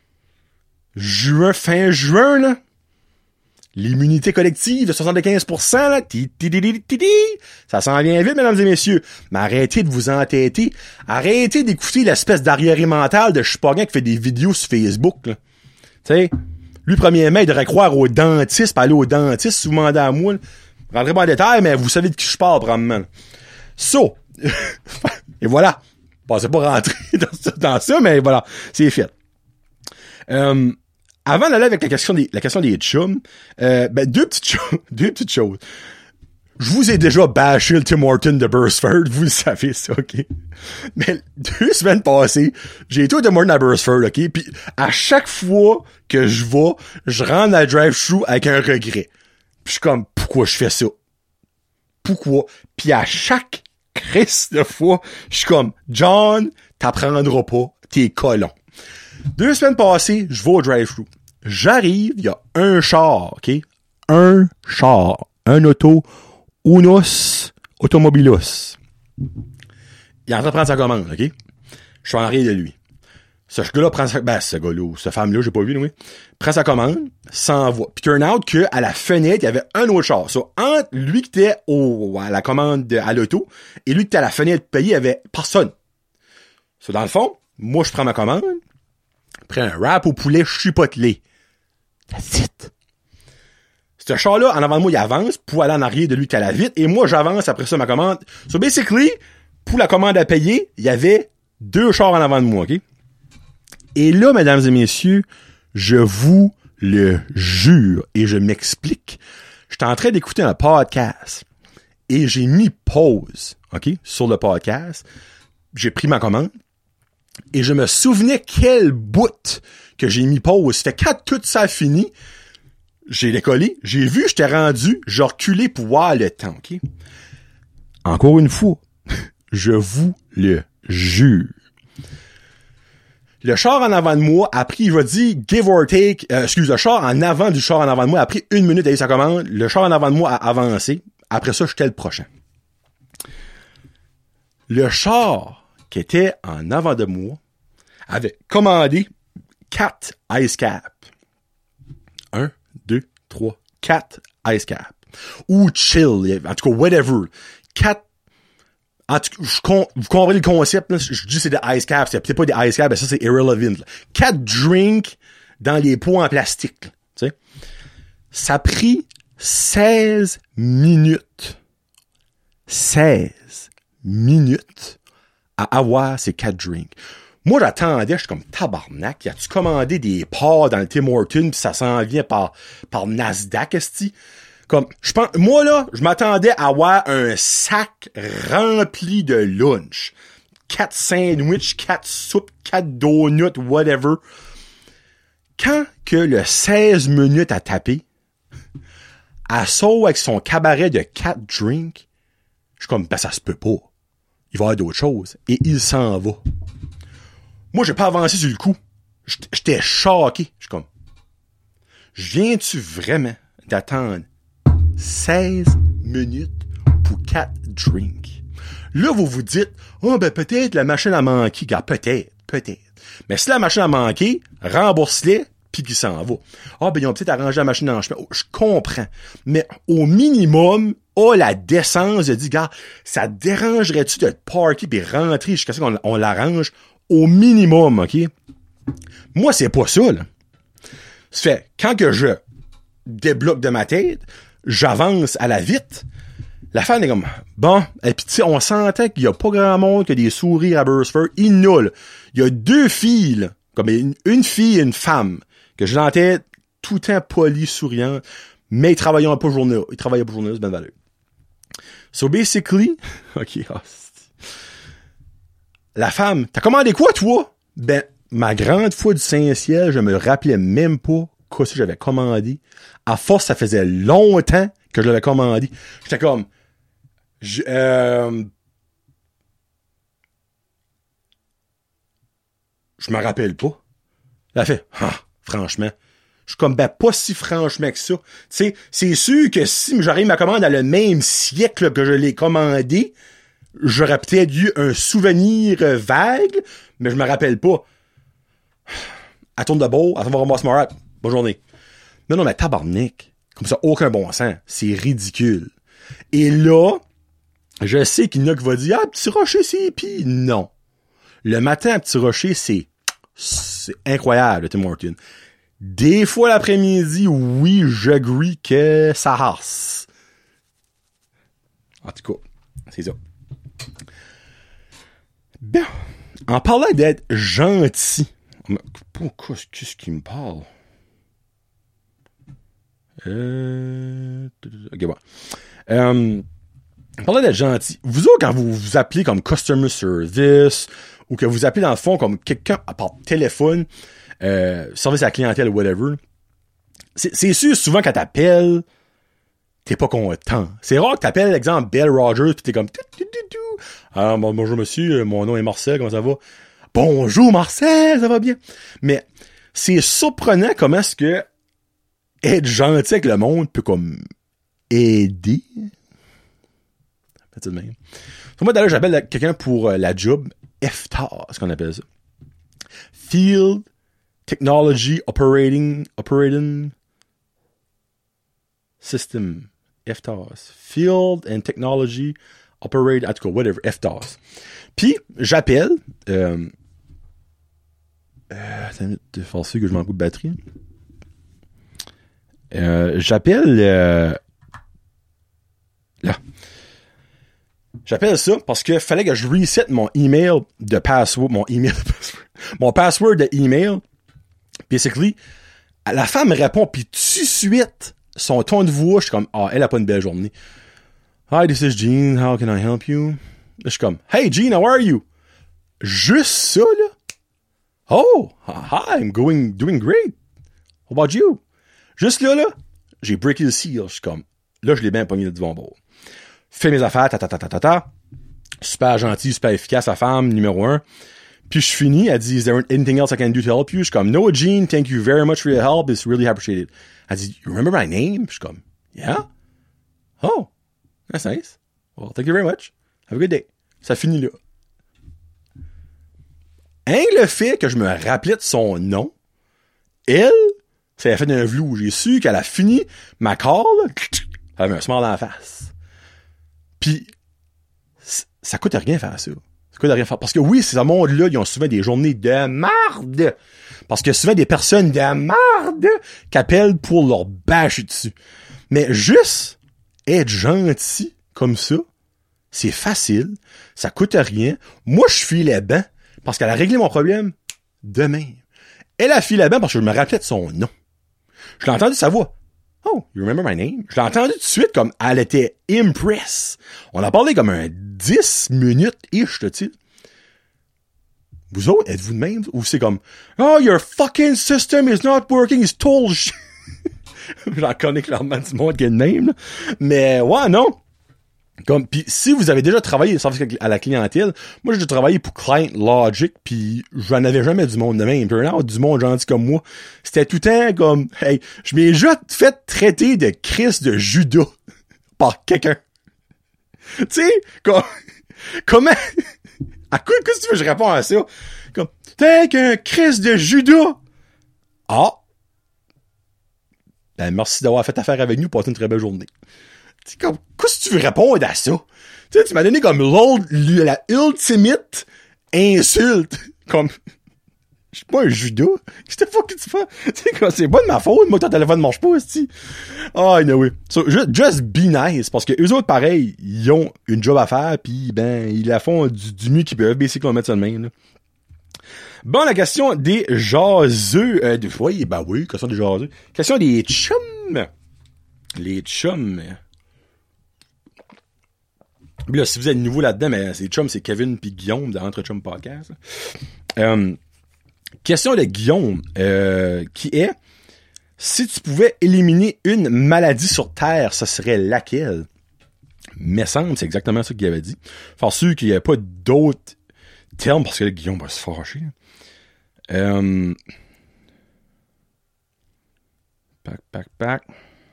Fin juin, là. L'immunité collective de 75%, là. Ça s'en vient vite, mesdames et messieurs. Mais arrêtez de vous entêter. Arrêtez d'écouter l'espèce d'arriéré mental de je sais pas qui fait des vidéos sur Facebook, là. Tu sais, lui, premièrement, il devrait croire au dentiste, pas aller au dentiste, si vous demandez à moi. Rentrez pas en détail, mais vous savez de qui je parle, probablement. So. Et voilà. Pensez pas rentrer dans ça, mais voilà. C'est fait. Avant d'aller avec la question des chums, deux petites choses. Je vous ai déjà bashé le Tim Horton de Burstford, vous le savez ça, ok? Mais 2 semaines passées, j'ai été au Tim Horton à Burstford, ok? Puis à chaque fois que je vais, je rentre à drive-thru avec un regret. Puis je suis comme, pourquoi je fais ça? Pourquoi? Puis à chaque crise de fois, je suis comme, John, t'apprendras pas, t'es colon. 2 semaines passées, je vais au drive-thru. J'arrive, il y a un char, ok? Un char. Un auto. Unus Automobilos. Il est en train de prendre sa commande, ok? Je suis en arrière de lui. Ce gars-là prend sa... Ben, ce gars-là, cette femme-là, j'ai pas vu, oui. Prend sa commande, s'envoie. Puis turn out qu'à la fenêtre, il y avait un autre char. So, entre lui qui était à la commande à l'auto et lui qui était à la fenêtre payée, il y avait personne. So, dans le fond, moi, je prends ma commande, prends un wrap au poulet chipotelé. That's it. Ce char-là, en avant de moi, il avance pour aller en arrière de lui qui allait vite, et moi, j'avance après ça ma commande. So, basically, pour la commande à payer, il y avait 2 chars en avant de moi, ok? Et là, mesdames et messieurs, je vous le jure, et je m'explique. J'étais en train d'écouter un podcast, et j'ai mis pause, ok, sur le podcast. J'ai pris ma commande, et je me souvenais quel bout que j'ai mis pause. Fait quand tout ça a fini, j'ai décollé, j'ai vu, j'étais rendu, j'ai reculé pour voir le temps, ok? Encore une fois, je vous le jure. Le char en avant de moi a pris, il va dire, give or take, le char en avant du char en avant de moi a pris 1 minute à aller sa commande, le char en avant de moi a avancé, après ça, j'étais le prochain. Le char qui était en avant de moi avait commandé 4 ice caps. 1, 2, 3, 4 ice caps. Ou chill, en tout cas, whatever. 4. En tout cas, vous comprenez le concept, là? Je dis c'est des ice caps, c'est peut-être pas des ice caps, mais ça c'est irrelevant. 4 drinks dans les pots en plastique, tu sais. Ça a pris 16 minutes. 16 minutes à avoir ces 4 drinks. Moi, j'attendais, je suis comme tabarnak. As-tu commandé des parts dans le Tim Hortons pis ça s'en vient par Nasdaq, esti? Comme, je pense, moi, là, je m'attendais à avoir un sac rempli de lunch. 4 sandwichs, 4 soupes, 4 donuts, whatever. Quand que le 16 minutes a tapé, elle sort avec son cabaret de 4 drinks, je suis comme, ben, ça se peut pas. Il va y avoir d'autres choses. Et il s'en va. Moi, j'ai pas avancé sur le coup. J'étais choqué. Je suis comme, viens-tu vraiment d'attendre 16 minutes pour 4 drinks? Là, vous vous dites, oh, ben, peut-être la machine a manqué. Regarde, peut-être. Mais si la machine a manqué, rembourse-les, puis qu'il s'en va. Ah, ben, ils ont peut-être arrangé la machine en chemin. Oh, je comprends. Mais au minimum, la décence de dire, gars, ça te dérangerait-tu de te parker puis rentrer jusqu'à ce qu'on l'arrange? Au minimum, OK? Moi, c'est pas ça, là. Ça fait, quand que je débloque de ma tête, j'avance à la vite. La femme est comme, bon, et puis tu sais, on sentait qu'il y a pas grand monde qui a des sourires à Burstford. Il nulle. Il y a 2 filles, là, comme une fille et une femme, que je l'entendais tout le temps poli, souriant, mais ils travaillaient pas journée. Ils travaillaient pas journée, c'est bien valeur. So basically, ok, la femme, t'as commandé quoi, toi? Ben, ma grande foi du Saint-Ciel, je me rappelais même pas quoi ça j'avais commandé. À force, ça faisait longtemps que je l'avais commandé. J'étais comme, je me rappelle pas. Elle a fait, franchement. Je suis comme, ben, pas si franchement que ça. Tu sais, c'est sûr que si j'arrive ma commande à le même siècle que je l'ai commandé, j'aurais peut-être eu un souvenir vague, mais je me rappelle pas. Elle tourne de beau, elle s'en va ramasser mon rap. Bonne journée. Non, mais tabarnak. Comme ça, aucun bon sens. C'est ridicule. Et là, je sais qu'il y en a qui va dire, Petit Rocher, c'est pis. Non. Le matin, à Petit Rocher, c'est incroyable, Tim Hortons. Des fois l'après-midi, oui, j'agree que ça hasse. En tout cas, c'est ça. Ben, en parlant d'être gentil, pourquoi, qu'est-ce qui me parle? Ok, bon. En parlant d'être gentil, vous autres, quand vous vous appelez comme customer service, ou que vous appelez dans le fond comme quelqu'un par téléphone, service à la clientèle ou whatever, c'est sûr, souvent quand t'appelles, t'es pas content. C'est rare que t'appelles, exemple, Bell Rogers, pis t'es comme, ah, bonjour monsieur, mon nom est Marcel, comment ça va? Bonjour Marcel, ça va bien? Mais c'est surprenant comment est-ce que être gentil avec le monde peut comme aider. Peut-être même. Moi, d'ailleurs, j'appelle quelqu'un pour la job FTAR, ce qu'on appelle ça. Field Technology Operating System. FTARS. Field and Technology Operating, en tout cas, whatever, FTARS. Puis, j'appelle, attends une minute, de faire sûr que je m'en coupe de batterie. J'appelle, là. J'appelle ça parce que fallait que je reset mon email de password, mon password de email. Basically, la femme me répond, puis tout de suite, son ton de voix, je suis comme, elle a pas une belle journée. Hi, this is Gene, how can I help you? Je suis comme, hey Gene, how are you? Juste ça, là. Oh, hi, I'm doing great. How about you? Juste là, j'ai breaké le seal. Je suis comme, là, je l'ai bien pogné du bon bord. Fais mes affaires, super gentil, super efficace, la femme, numéro 1. Puis je finis, elle dit, is there anything else I can do to help you? Je suis comme, no, Gene, thank you very much for your help, it's really appreciated. Elle dit, you remember my name? Je suis comme, yeah? Oh, that's nice. Well, thank you very much. Have a good day. Ça finit là. Le fait que je me rappelais de son nom, elle, ça a fait d'un vlou. J'ai su qu'elle a fini ma call, elle avait un smile dans la face. Puis, ça coûte rien faire ça. Ça coûte rien faire. Parce que oui, ces mondes-là, ils ont souvent des journées de marde. Parce que souvent des personnes de marde qui appellent pour leur bâcher dessus. Mais juste être gentil comme ça, c'est facile. Ça coûte rien. Moi, je filais bien parce qu'elle a réglé mon problème demain. Elle a filé bien parce que je me rappelais de son nom. Je l'ai entendu sa voix. Oh, you remember my name? Je l'ai entendu tout de suite comme elle était impress. On a parlé comme un 10 minutes-ish, tu sais. Vous autres, êtes-vous de même? Ou c'est comme, oh, your fucking system is not working, it's total shit. J'en connais clairement du monde qui est de même, là. Mais, ouais, non. Comme, pis si vous avez déjà travaillé service à la clientèle, moi j'ai déjà travaillé pour Client Logic, pis j'en avais jamais du monde de même. Du monde gentil comme moi. C'était tout le temps comme, hey, je m'ai déjà fait traiter de Christ de Judas par quelqu'un. Tu sais, comment, à quoi que tu veux je réponds à ça? Comme, t'es qu'un Christ de Judas. Ah. Ben, merci d'avoir fait affaire avec nous, passez une très belle journée. C'est comme, qu'est-ce que tu veux répondre à ça? Tu sais, tu m'as donné comme la ultimate insulte. Comme, Je suis pas un Judas. Qu'est-ce que fuck que tu fais? Tu sais, quoi, c'est pas de ma faute, moi, ton téléphone marche pas, c'ti. Ah, no way. So, just be nice, parce que eux autres, pareil, ils ont une job à faire, pis ben, ils la font du mieux qu'ils peuvent, basically, on va mettre ça de même, là. Bon, la question des jaseux, oui, ben oui, question des jaseux. Question des chums. Les chums. Puis là, si vous êtes nouveau là-dedans, mais ces chums, c'est Kevin pis Guillaume dans Entre Chums Podcast. Question de Guillaume, qui est, si tu pouvais éliminer une maladie sur Terre, ce serait laquelle? Mais semble, c'est exactement ça qu'il avait dit. Enfin, sûr qu'il n'y avait pas d'autres termes, parce que là, Guillaume va se fâcher. Pac.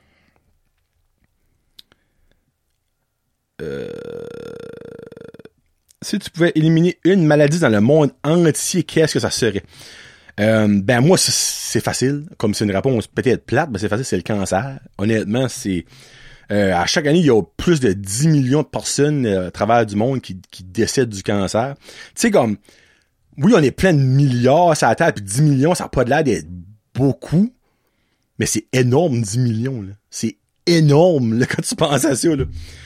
Si tu pouvais éliminer une maladie dans le monde entier, qu'est-ce que ça serait? Ben moi, c'est facile. Comme c'est une réponse peut-être plate, ben c'est facile, c'est le cancer. Honnêtement, c'est... à chaque année, il y a plus de 10 millions de personnes à travers du monde qui décèdent du cancer. Tu sais, comme... Oui, on est plein de milliards sur la Terre, puis 10 millions, ça n'a pas l'air d'être beaucoup. Mais c'est énorme, 10 millions, là. C'est énorme, là, quand tu penses à ça, là.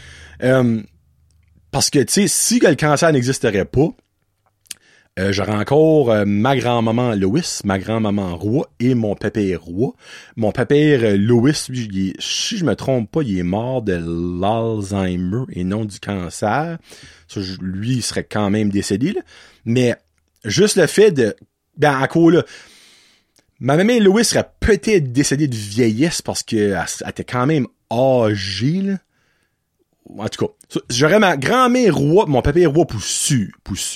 Parce que, tu sais, si le cancer n'existerait pas, j'aurais encore ma grand-maman Lois, ma grand-maman Roi et mon pépère Roi. Mon pépère Lois, lui, si je me trompe pas, il est mort de l'Alzheimer et non du cancer. Ça, lui, il serait quand même décédé, là. Mais juste le fait de... Ben, à quoi, là... Ma maman Lois serait peut-être décédée de vieillesse parce qu'elle était quand même âgée, là. En tout cas, j'aurais ma grand-mère Roi, mon papa Roi poussu,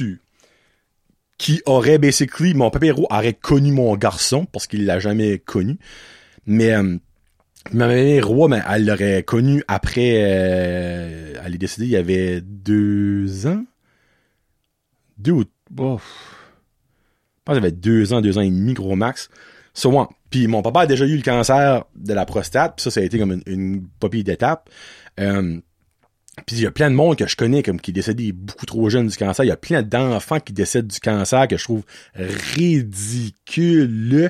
qui aurait basically, mon papa Roi aurait connu mon garçon, parce qu'il l'a jamais connu, mais ma mère Roi, ben, elle l'aurait connu après, elle est décédée il y avait 2 ans, je pense qu'il y avait 2 ans et demi, gros max. So, ouais. Puis mon papa a déjà eu le cancer de la prostate, puis ça a été comme une papille d'étape. Puis il y a plein de monde que je connais comme qui est décédé beaucoup trop jeune du cancer. Il y a plein d'enfants qui décèdent du cancer que je trouve ridicule.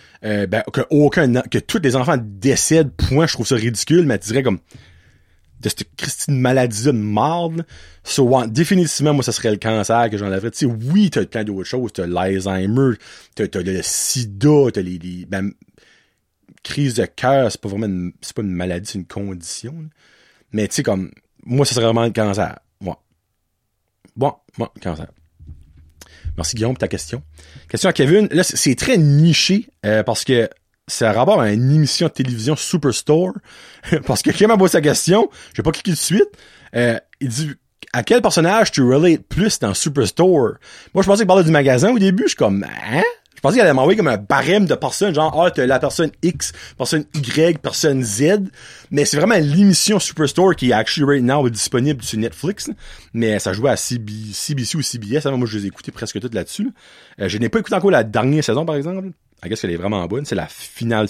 Que tous les enfants décèdent, point, je trouve ça ridicule, mais tu dirais comme de cette Christine maladie-là de marde. So, définitivement, moi, ça serait le cancer que j'enlèverais. Tu sais, oui, t'as plein d'autres choses. T'as l'Alzheimer, t'as le sida, t'as ben, crise de cœur, c'est pas vraiment c'est pas une maladie, c'est une condition. Là. Mais tu sais, comme, moi, ça serait vraiment le cancer. Bon, cancer. Merci, Guillaume, pour ta question. Question à Kevin. Là, c'est très niché, parce que c'est à rapport à une émission de télévision Superstore. Parce que Kevin m'a posé sa question. Je vais pas cliquer tout de suite. Il dit, à quel personnage tu relates plus dans Superstore? Moi, je pensais qu'il parlait du magasin au début. Je suis comme, hein? Je pensais qu'il allait m'envoyer comme un barème de personnes, genre, t'as la personne X, personne Y, personne Z. Mais c'est vraiment l'émission Superstore qui est actually right now disponible sur Netflix. Là. Mais ça jouait à CBC ou CBS. Moi, je les ai écoutés presque toutes là-dessus. Là. Je n'ai pas écouté encore la dernière saison, par exemple. I guess qu'elle est vraiment bonne. C'est la finale.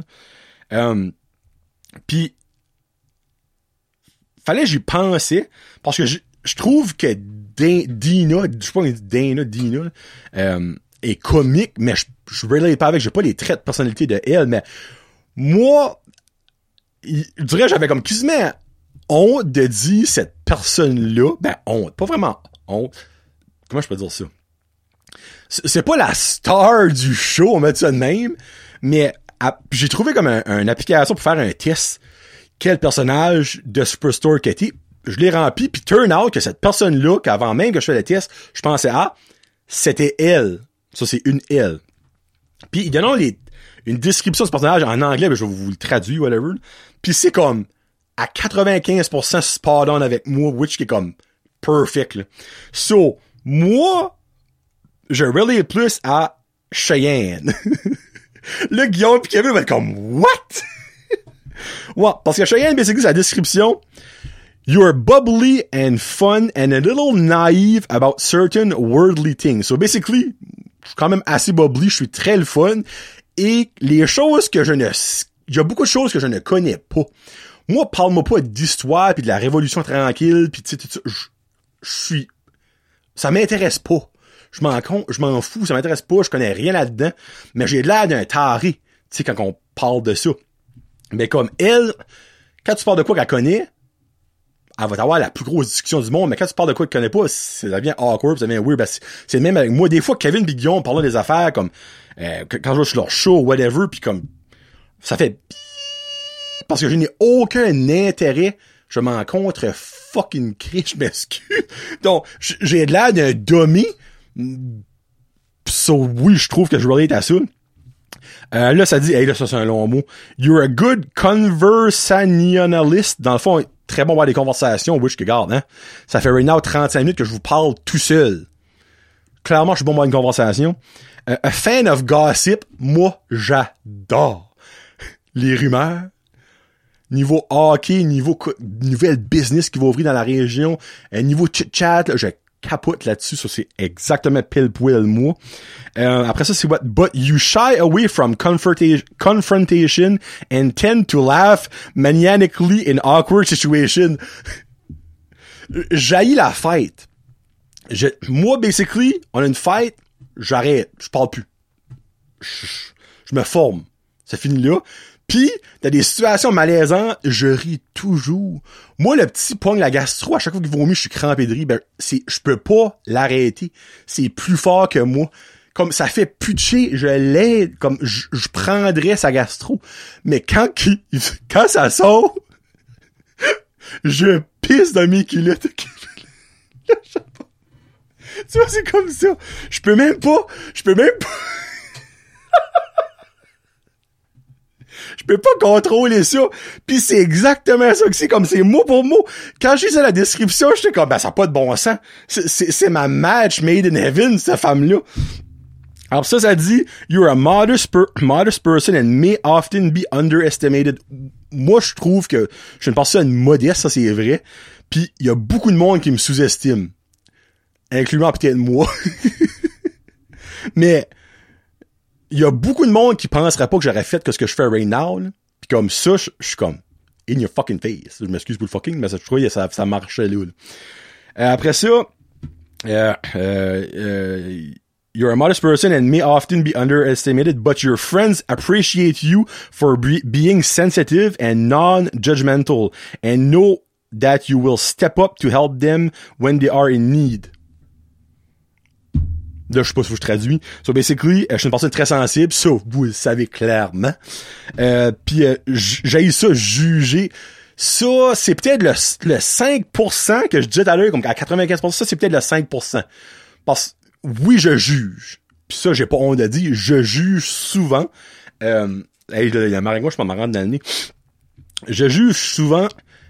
Puis, fallait que j'y pensais. Parce que je trouve que Dina, je sais pas, Dina, est comique, mais je relate pas avec, j'ai pas les traits de personnalité de elle, mais moi, je dirais j'avais comme quasiment honte de dire cette personne-là, ben honte, pas vraiment honte, comment je peux dire ça? C'est pas la star du show, on met ça de même, mais j'ai trouvé comme une application pour faire un test, quel personnage de Superstore qu'était, je l'ai rempli, puis turn out que cette personne-là, qu'avant même que je fasse le test, je pensais, c'était elle. Ça, c'est une elle. Puis, il donne une description de ce personnage en anglais, ben, je vais vous le traduire, whatever. Puis, c'est comme, à 95% spot on avec moi, which qui est comme, perfect, là. So, moi, je relate plus à Cheyenne. Là, Guillaume pis Kevin vont être comme, what? Ouais, parce que Cheyenne, basically, c'est la description. You're bubbly and fun and a little naive about certain worldly things. So basically, je suis quand même assez bubbly, je suis très le fun. Et les choses que il y a beaucoup de choses que je ne connais pas. Moi, parle-moi pas d'histoire pis de la révolution tranquille pis tu sais, tout ça. Ça m'intéresse pas. je m'en fous, ça m'intéresse pas, je connais rien là-dedans, mais j'ai l'air d'un taré, tu sais, quand on parle de ça. Mais comme elle, quand tu parles de quoi qu'elle connaît, elle va t'avoir la plus grosse discussion du monde, mais quand tu parles de quoi qu'elle connaît pas, ça devient awkward, ça devient weird. Ben, c'est le même avec moi. Des fois, Kevin et Guillaume parlent des affaires comme quand je vais sur leur show ou whatever, puis comme ça fait parce que je n'ai aucun intérêt. Je m'en contre fucking crie, je m'excuse. Donc, j'ai l'air d'un dummy. So, oui, je trouve que je relate à ça. Là, ça dit, hey, là, ça, c'est un long mot. You're a good conversationalist. Dans le fond, très bon pour avoir des conversations. Oui, je te garde, hein. Ça fait right now 35 minutes que je vous parle tout seul. Clairement, je suis bon pour avoir une conversation. A fan of gossip. Moi, j'adore les rumeurs. Niveau hockey, niveau nouvelle business qui va ouvrir dans la région, niveau chit-chat, là, je capote là-dessus, ça c'est exactement pile-poil moi. Après ça, c'est what? But you shy away from confrontation and tend to laugh maniacally in awkward situations. J'haïs la fête. Moi, basically, on a une fête, j'arrête, je parle plus. Je me forme. Ça finit là. Pis, t'as des situations malaisantes, je ris toujours. Moi, le petit pogne la gastro, à chaque fois qu'il vomit, je suis crampé de rire, ben, je peux pas l'arrêter. C'est plus fort que moi. Comme, ça fait putcher, je l'aide, comme, je prendrais sa gastro. Mais quand ça sort, je pisse dans mes culottes. Tu vois, c'est comme ça. Je peux même pas. Je peux pas contrôler ça. Puis c'est exactement ça que c'est, comme c'est mot pour mot. Quand j'ai ça la description, j'étais comme, ben ça n'a pas de bon sens. C'est ma match made in heaven, cette femme-là. Alors ça dit, you're a modest person and may often be underestimated. Moi, je trouve que je suis une personne modeste, ça c'est vrai. Puis il y a beaucoup de monde qui me sous-estime. Incluant peut-être moi. Mais il y a beaucoup de monde qui penserait pas que j'aurais fait que ce que je fais right now, là. Pis comme ça, je suis comme in your fucking face. Je m'excuse pour le fucking, mais je trouvais que ça marchait là. Après ça, you're a modest person and may often be underestimated, but your friends appreciate you for being sensitive and non-judgmental and know that you will step up to help them when they are in need. Là, je sais pas si je traduis. So, basically, je suis une personne très sensible. Ça, vous le savez clairement. Puis j'ai ça, juger. Ça, c'est peut-être le 5% que je disais tout à l'heure, comme à 95%, ça, c'est peut-être le 5%. Parce que, oui, je juge. Puis ça, j'ai pas honte de dire. Je juge souvent. Hey, il y a un maringouin, je peux m'en rendre dans le nez. Je juge souvent,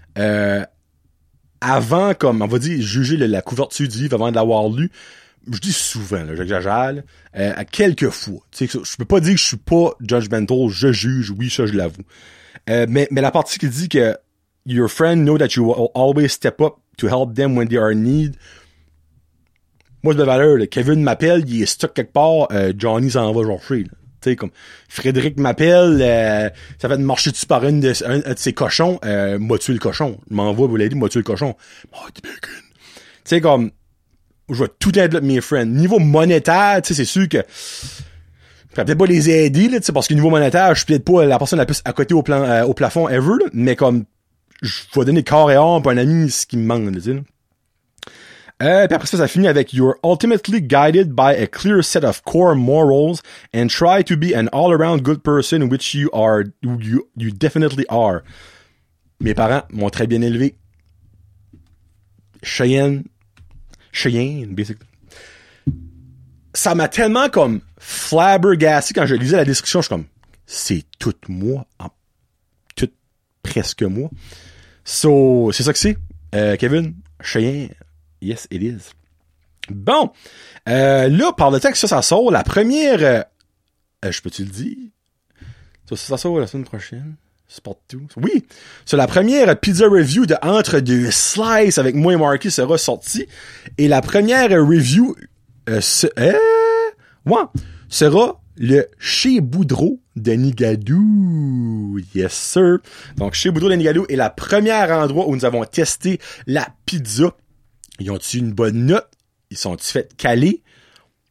avant, comme, on va dire, juger la couverture du livre avant de l'avoir lu. Je dis souvent, là, j'exagère, à quelques fois. Tu sais, je peux pas dire que je suis pas judgmental, je juge, oui, ça, je l'avoue. Mais la partie qui dit que your friend know that you will always step up to help them when they are in need. Moi, de valeur, là, Kevin m'appelle, il est stuck quelque part, Johnny s'en va chercher, là. Tu sais, comme, Frédéric m'appelle, ça fait de marcher dessus par un de ses cochons, m'a tué le cochon. Il m'envoie, vous l'avez dit, m'a tué le cochon. Tu sais, comme, je vais tout aider mes friends. Niveau monétaire, tu sais, c'est sûr que je peux peut-être pas les aider, là, tu sais, parce que niveau monétaire, je suis peut-être pas la personne la plus à côté au plafond ever, là, mais comme, je vais donner corps et âme pour un ami ce qui me manque, tu sais, là. Puis après ça finit avec you're ultimately guided by a clear set of core morals and try to be an all-around good person, which you definitely are. Mes parents m'ont très bien élevé. Cheyenne, basically. Ça m'a tellement comme flabbergasté quand je lisais la description, je suis comme, c'est tout moi, tout presque moi. So, c'est ça que c'est. Kevin, Cheyenne, yes it is. Bon, là, par le temps que ça sort, la première, je peux-tu le dire? Ça sort la semaine prochaine. Partout. Oui, c'est la première pizza review de Entre deux Slices avec moi et Marky sera sortie. Et la première review sera le Chez Boudreau de Nigadoo. Yes, sir. Donc, Chez Boudreau de Nigadoo est la première endroit où nous avons testé la pizza. Ils ont-tu une bonne note? Ils sont-ils fait caler?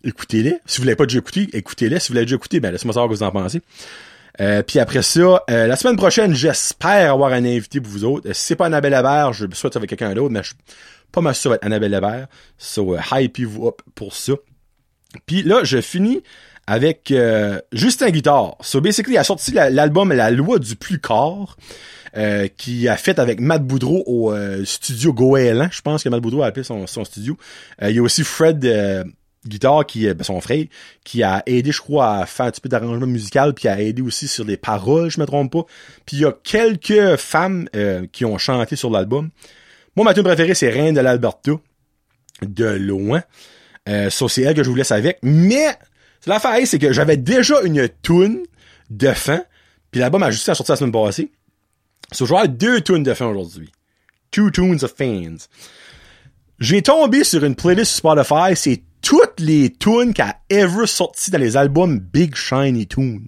écoutez-les. Si vous l'avez pas déjà écouté, écoutez-les. Si vous l'avez déjà écouté, ben laissez-moi savoir ce que vous en pensez. Puis après ça, la semaine prochaine, j'espère avoir un invité pour vous autres. Si c'est pas Annabelle Hébert, je souhaite avec quelqu'un d'autre, mais je suis pas mal sûr que ça va être Annabelle Hébert. So, hypez-vous up pour ça. Puis là, je finis avec Justin Guitare. So, basically, il a sorti l'album La Loi du plus corps, qui a fait avec Matt Boudreau au studio Goéland. Je pense que Matt Boudreau a appelé son studio. Il y a aussi Fred Guitare, qui est son frère, qui a aidé, je crois, à faire un petit peu d'arrangement musical, puis a aidé aussi sur des paroles, je me trompe pas. Puis il y a quelques femmes qui ont chanté sur l'album. Moi, ma tune préférée, c'est Reine de l'Alberta, de loin. Ça, c'est elle que je vous laisse avec. Mais l'affaire, c'est que j'avais déjà une tune de fin, puis l'album a juste sorti la semaine passée. So, je vais avoir 2 tunes de fin aujourd'hui. 2 tunes of fans. J'ai tombé sur une playlist sur Spotify, c'est toutes les tunes qu'a ever sorti dans les albums Big Shiny Tunes.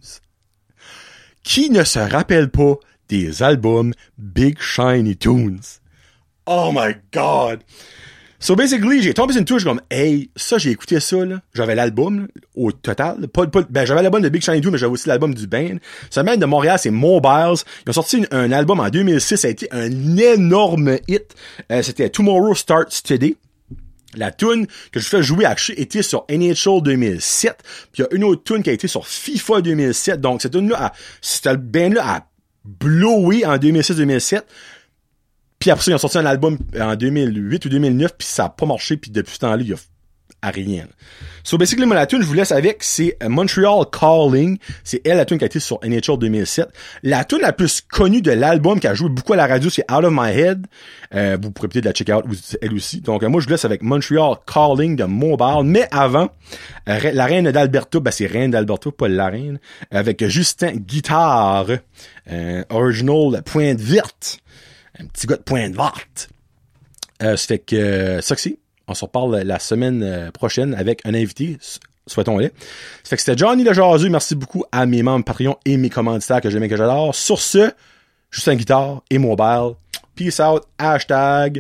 Qui ne se rappelle pas des albums Big Shiny Tunes? Oh my God! So basically, j'ai tombé sur une touche comme, hey, ça, j'ai écouté ça, là. J'avais l'album, là, au total. J'avais l'album de Big Shiny Tunes, mais j'avais aussi l'album du band. Ce band de Montréal, c'est Mobiles. Ils ont sorti un album en 2006, ça a été un énorme hit. C'était Tomorrow Starts Today. La tune que je fais jouer à était sur NHL 2007. Puis il y a une autre tune qui a été sur FIFA 2007. Donc, cette tune-là, cette band-là a blowé en 2006-2007. Puis après ça, ils ont sorti un album en 2008 ou 2009, puis ça a pas marché, puis depuis ce temps-là, il y a à rien. So basically, moi, la tune je vous laisse avec, c'est Montreal Calling. C'est elle, la tune qui a été sur NHL 2007. La tune la plus connue de l'album, qui a joué beaucoup à la radio, c'est Out of My Head. Vous pourrez peut-être la check out, elle aussi. Donc, moi, je vous laisse avec Montreal Calling de Mobile. Mais avant, la Reine d'Alberta, ben c'est Reine d'Alberta, pas la Reine, avec Justin Guitare, original Pointe Verte. Un petit gars de Pointe Verte. Ça fait que, ça que c'est. On se reparle la semaine prochaine avec un invité, souhaitons-le. Ça fait que c'était Johnny le Jaseux. Merci beaucoup à mes membres Patreon et mes commanditaires que j'aime et que j'adore. Sur ce, Justin Guitare et Mobile. Peace out. Hashtag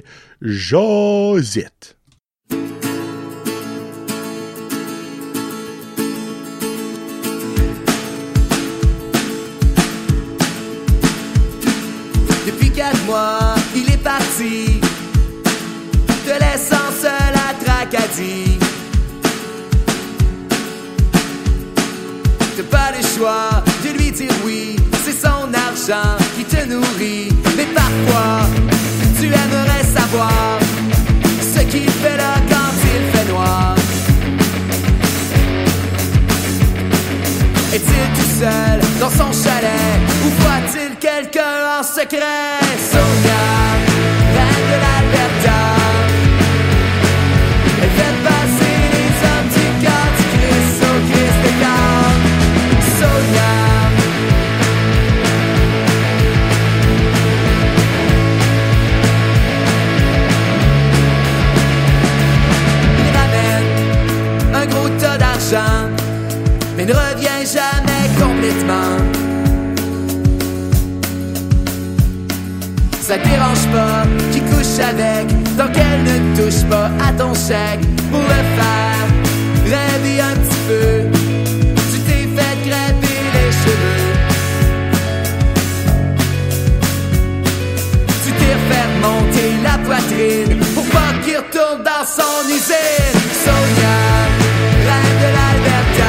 Josette. Depuis 4 mois, il est parti, te laissant seul à Tracadie. T'as pas le choix de lui dire oui, c'est son argent qui te nourrit. Mais parfois, tu aimerais savoir ce qu'il fait là quand il fait noir. Est-il tout seul dans son chalet ou voit-il quelqu'un en secret? Sonia, reine de l'Alberta, elle fait passer les hommes du Cantichrist au Christ de Corps. Sonia, il ramène un gros tas d'argent, mais ne revient jamais complètement. Ça te dérange pas qu'il couche avec, tant qu'elle ne touche pas à ton chèque. Pour le faire rêver un petit peu, tu t'es fait crêper les cheveux. Tu t'es refait monter la poitrine pour pas qu'il retourne dans son usine. Sonia, reine de l'Alberta,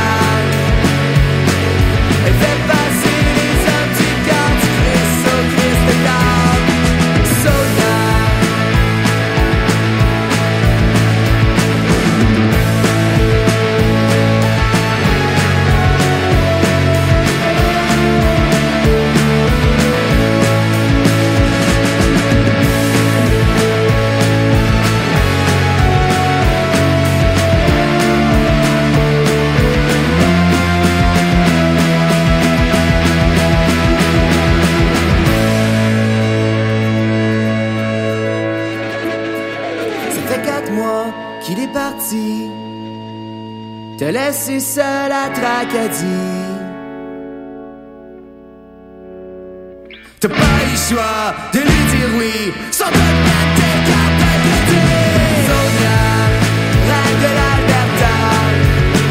elle fait passer les hommes du Cantichrist au Christ de Corps. Sonia, qu'il est parti, te laisser seul à Tracadie. T'as pas eu le choix de lui dire oui, sans te mettre tes cartes à crédit. Sonia, reine de l'Alberta,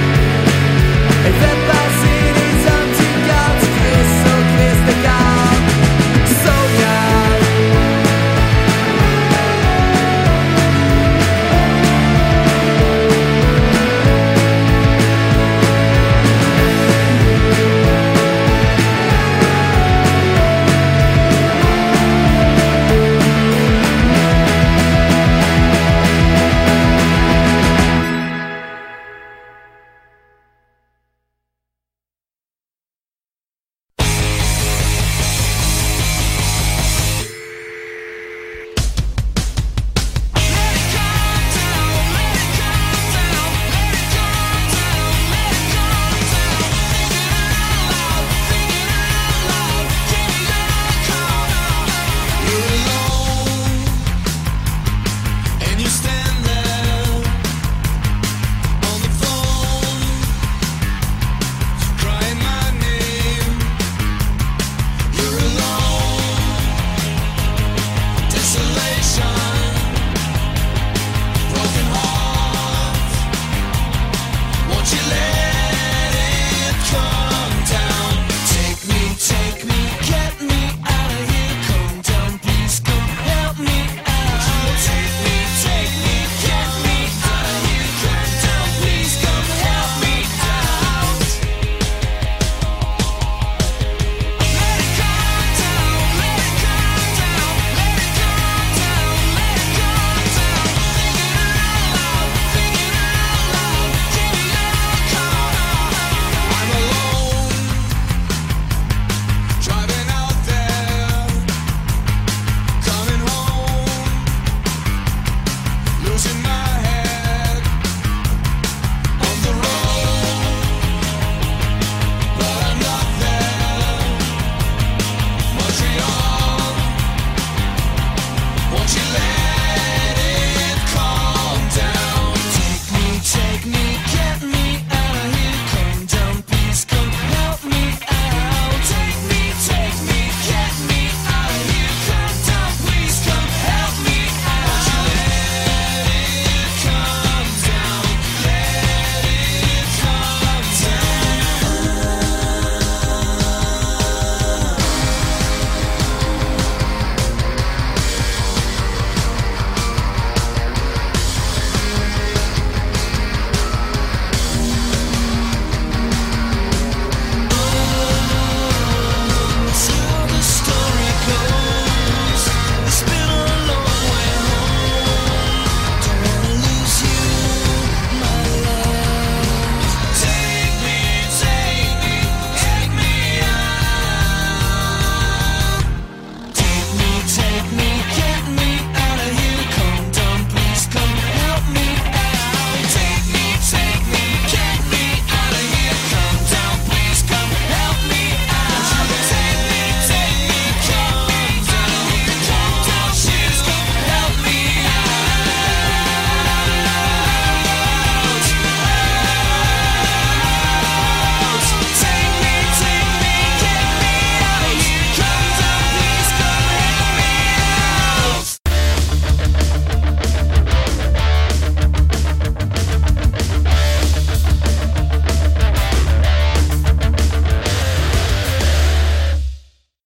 with me.